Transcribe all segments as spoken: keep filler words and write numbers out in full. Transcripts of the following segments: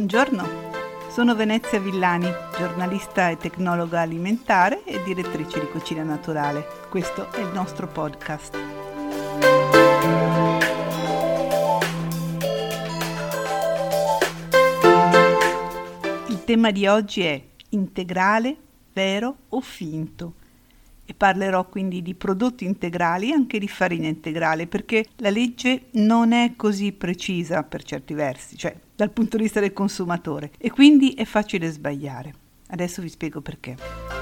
Buongiorno, sono Venezia Villani, giornalista e tecnologa alimentare e direttrice di Cucina Naturale. Questo è il nostro podcast. Il tema di oggi è integrale, vero o finto? E parlerò quindi di prodotti integrali e anche di farina integrale, perché la legge non è così precisa per certi versi, cioè dal punto di vista del consumatore, e quindi è facile sbagliare. Adesso vi spiego perché.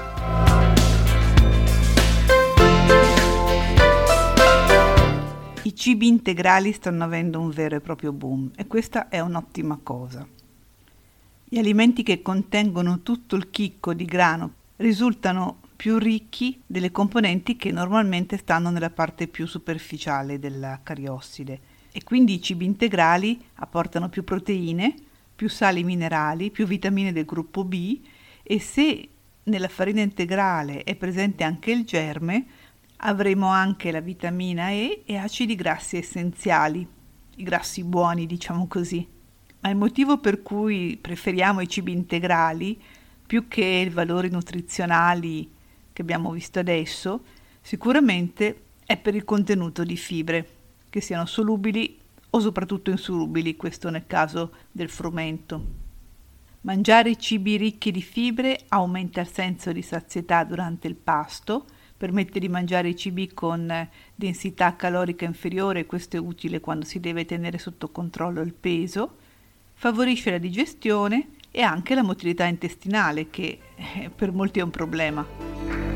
I cibi integrali stanno avendo un vero e proprio boom e questa è un'ottima cosa. Gli alimenti che contengono tutto il chicco di grano risultano più ricchi delle componenti che normalmente stanno nella parte più superficiale della cariosside e quindi i cibi integrali apportano più proteine, più sali minerali, più vitamine del gruppo B e se nella farina integrale è presente anche il germe avremo anche la vitamina E e acidi grassi essenziali, i grassi buoni diciamo così. Ma il motivo per cui preferiamo i cibi integrali più che i valori nutrizionali che abbiamo visto adesso, sicuramente è per il contenuto di fibre, che siano solubili o soprattutto insolubili, questo nel caso del frumento. Mangiare cibi ricchi di fibre aumenta il senso di sazietà durante il pasto, permette di mangiare i cibi con densità calorica inferiore, questo è utile quando si deve tenere sotto controllo il peso, favorisce la digestione e anche la motilità intestinale, che eh, per molti è un problema.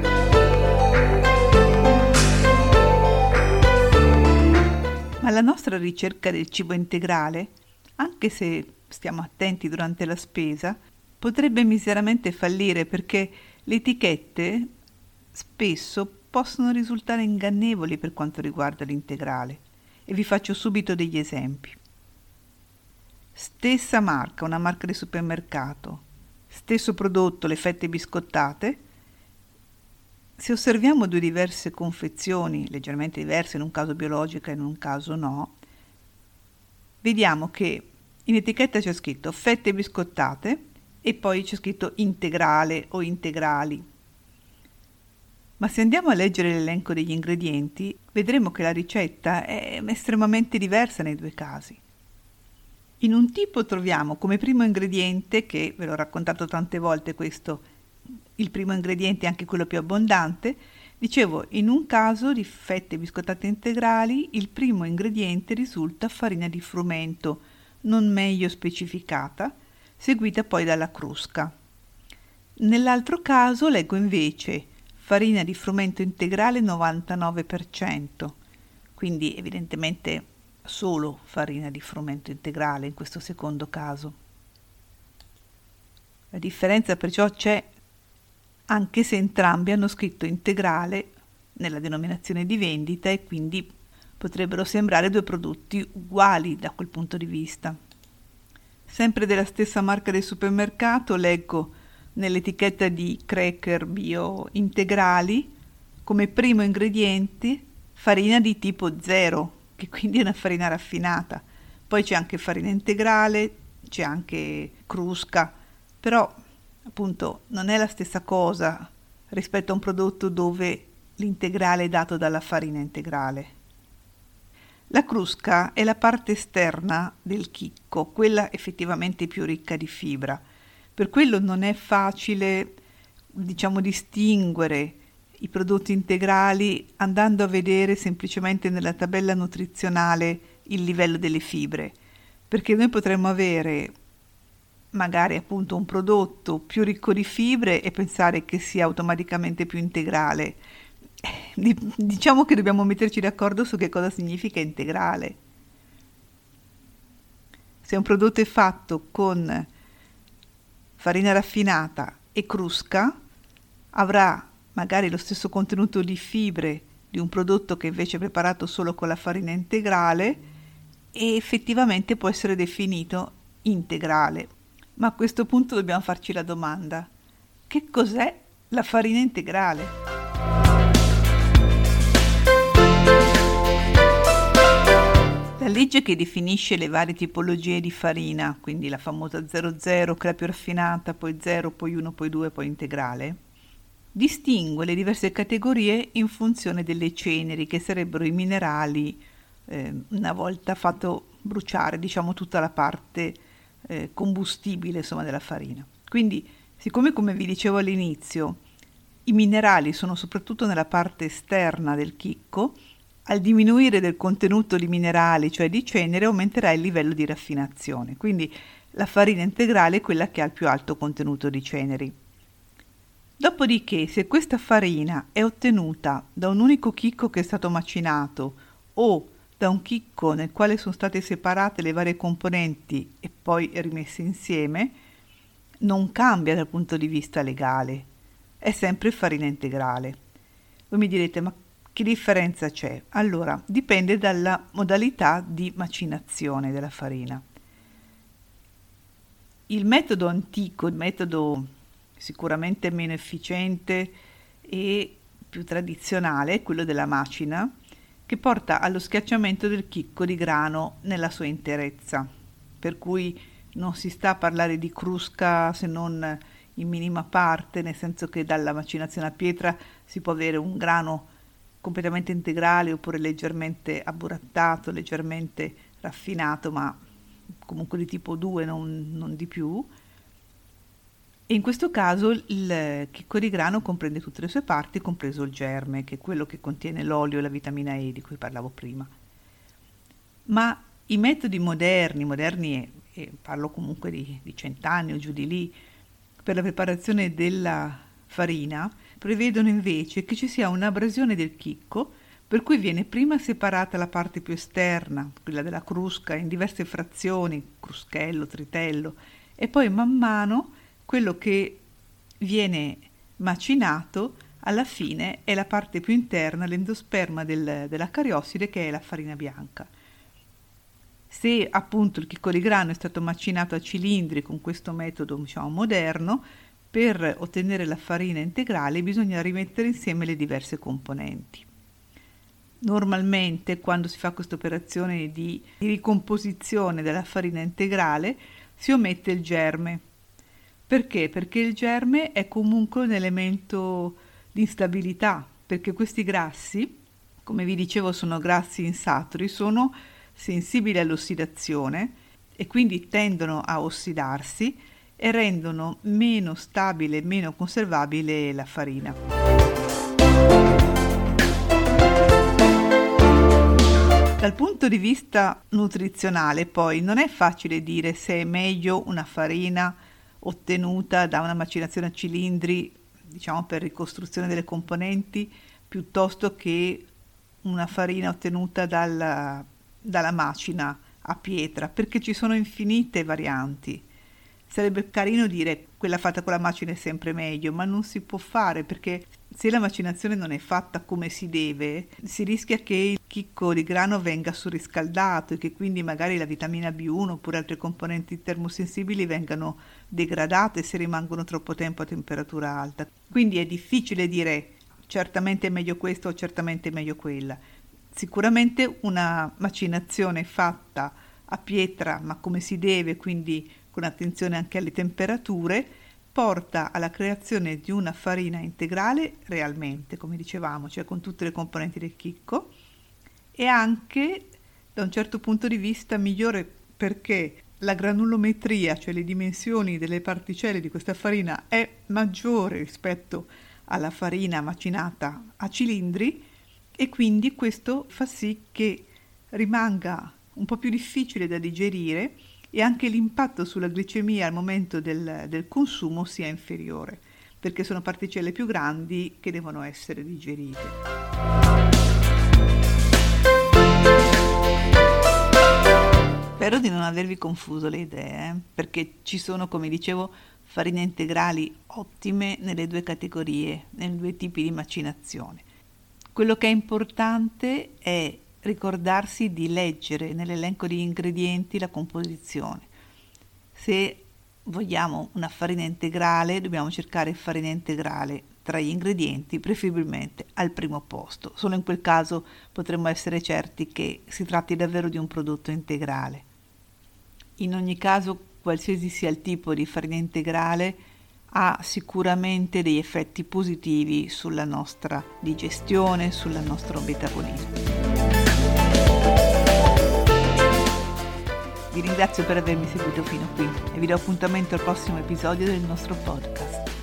Ma la nostra ricerca del cibo integrale, anche se stiamo attenti durante la spesa, potrebbe miseramente fallire perché le etichette spesso possono risultare ingannevoli per quanto riguarda l'integrale. E vi faccio subito degli esempi. Stessa marca, una marca di supermercato, stesso prodotto, le fette biscottate. Se osserviamo due diverse confezioni, leggermente diverse, in un caso biologica e in un caso no, vediamo che in etichetta c'è scritto fette biscottate e poi c'è scritto integrale o integrali. Ma se andiamo a leggere l'elenco degli ingredienti, vedremo che la ricetta è estremamente diversa nei due casi. In un tipo troviamo come primo ingrediente, che ve l'ho raccontato tante volte questo, il primo ingrediente è anche quello più abbondante, dicevo, in un caso di fette biscottate integrali il primo ingrediente risulta farina di frumento, non meglio specificata, seguita poi dalla crusca. Nell'altro caso leggo invece farina di frumento integrale novantanove per cento, quindi evidentemente solo farina di frumento integrale in questo secondo caso. La differenza perciò c'è, anche se entrambi hanno scritto integrale nella denominazione di vendita e quindi potrebbero sembrare due prodotti uguali da quel punto di vista. Sempre della stessa marca del supermercato leggo nell'etichetta di cracker bio integrali come primo ingrediente farina di tipo zero, che quindi è una farina raffinata. Poi c'è anche farina integrale, c'è anche crusca, però appunto non è la stessa cosa rispetto a un prodotto dove l'integrale è dato dalla farina integrale. La crusca è la parte esterna del chicco, quella effettivamente più ricca di fibra. Per quello non è facile, diciamo, distinguere i prodotti integrali andando a vedere semplicemente nella tabella nutrizionale il livello delle fibre, perché noi potremmo avere magari appunto un prodotto più ricco di fibre e pensare che sia automaticamente più integrale. Diciamo che dobbiamo metterci d'accordo su che cosa significa integrale. Se un prodotto è fatto con farina raffinata e crusca, avrà magari lo stesso contenuto di fibre di un prodotto che invece è preparato solo con la farina integrale e effettivamente può essere definito integrale. Ma a questo punto dobbiamo farci la domanda: che cos'è la farina integrale? La legge che definisce le varie tipologie di farina, quindi la famosa zero zero, che è la più raffinata, poi zero, poi uno, poi due, poi integrale, distingue le diverse categorie in funzione delle ceneri, che sarebbero i minerali eh, una volta fatto bruciare, diciamo, tutta la parte eh, combustibile, insomma, della farina. Quindi, siccome, come vi dicevo all'inizio, i minerali sono soprattutto nella parte esterna del chicco, al diminuire del contenuto di minerali, cioè di cenere, aumenterà il livello di raffinazione. Quindi la farina integrale è quella che ha il più alto contenuto di ceneri. Dopodiché, se questa farina è ottenuta da un unico chicco che è stato macinato o da un chicco nel quale sono state separate le varie componenti e poi rimesse insieme, non cambia dal punto di vista legale, è sempre farina integrale. Voi mi direte, ma che differenza c'è? Allora, dipende dalla modalità di macinazione della farina. Il metodo antico, il metodo sicuramente meno efficiente e più tradizionale, è quello della macina, che porta allo schiacciamento del chicco di grano nella sua interezza, per cui non si sta a parlare di crusca se non in minima parte, nel senso che dalla macinazione a pietra si può avere un grano completamente integrale oppure leggermente abburattato, leggermente raffinato, ma comunque di tipo due, non, non di più. E in questo caso il chicco di grano comprende tutte le sue parti, compreso il germe, che è quello che contiene l'olio e la vitamina E di cui parlavo prima. Ma i metodi moderni, moderni e, e parlo comunque di, di cent'anni o giù di lì, per la preparazione della farina, prevedono invece che ci sia un'abrasione del chicco, per cui viene prima separata la parte più esterna, quella della crusca, in diverse frazioni, cruschello, tritello, e poi man mano quello che viene macinato alla fine è la parte più interna, l'endosperma del, della cariosside, che è la farina bianca. Se appunto il chicco di grano è stato macinato a cilindri con questo metodo, diciamo, moderno, per ottenere la farina integrale bisogna rimettere insieme le diverse componenti. Normalmente quando si fa questa operazione di ricomposizione della farina integrale si omette il germe. Perché? Perché il germe è comunque un elemento di instabilità, perché questi grassi, come vi dicevo, sono grassi insaturi, sono sensibili all'ossidazione e quindi tendono a ossidarsi e rendono meno stabile e meno conservabile la farina. Dal punto di vista nutrizionale, poi, non è facile dire se è meglio una farina ottenuta da una macinazione a cilindri, diciamo per ricostruzione delle componenti, piuttosto che una farina ottenuta dalla, dalla macina a pietra, perché ci sono infinite varianti. Sarebbe carino dire quella fatta con la macina è sempre meglio, ma non si può fare, perché se la macinazione non è fatta come si deve, si rischia che il chicco di grano venga surriscaldato e che quindi magari la vitamina B uno oppure altre componenti termosensibili vengano degradate se rimangono troppo tempo a temperatura alta. Quindi è difficile dire certamente è meglio questo o certamente è meglio quella. Sicuramente una macinazione fatta a pietra, ma come si deve, quindi con attenzione anche alle temperature, porta alla creazione di una farina integrale realmente, come dicevamo, cioè con tutte le componenti del chicco, e anche da un certo punto di vista migliore, perché la granulometria, cioè le dimensioni delle particelle di questa farina, è maggiore rispetto alla farina macinata a cilindri, e quindi questo fa sì che rimanga un po' più difficile da digerire e anche l'impatto sulla glicemia al momento del, del consumo sia inferiore, perché sono particelle più grandi che devono essere digerite. Spero di non avervi confuso le idee, eh? Perché ci sono, come dicevo, farine integrali ottime nelle due categorie, nei due tipi di macinazione. Quello che è importante è ricordarsi di leggere nell'elenco di ingredienti la composizione. Se vogliamo una farina integrale, dobbiamo cercare farina integrale tra gli ingredienti, preferibilmente al primo posto. Solo in quel caso potremmo essere certi che si tratti davvero di un prodotto integrale. In ogni caso, qualsiasi sia il tipo di farina integrale, ha sicuramente degli effetti positivi sulla nostra digestione, sul nostro metabolismo. Vi ringrazio per avermi seguito fino qui e vi do appuntamento al prossimo episodio del nostro podcast.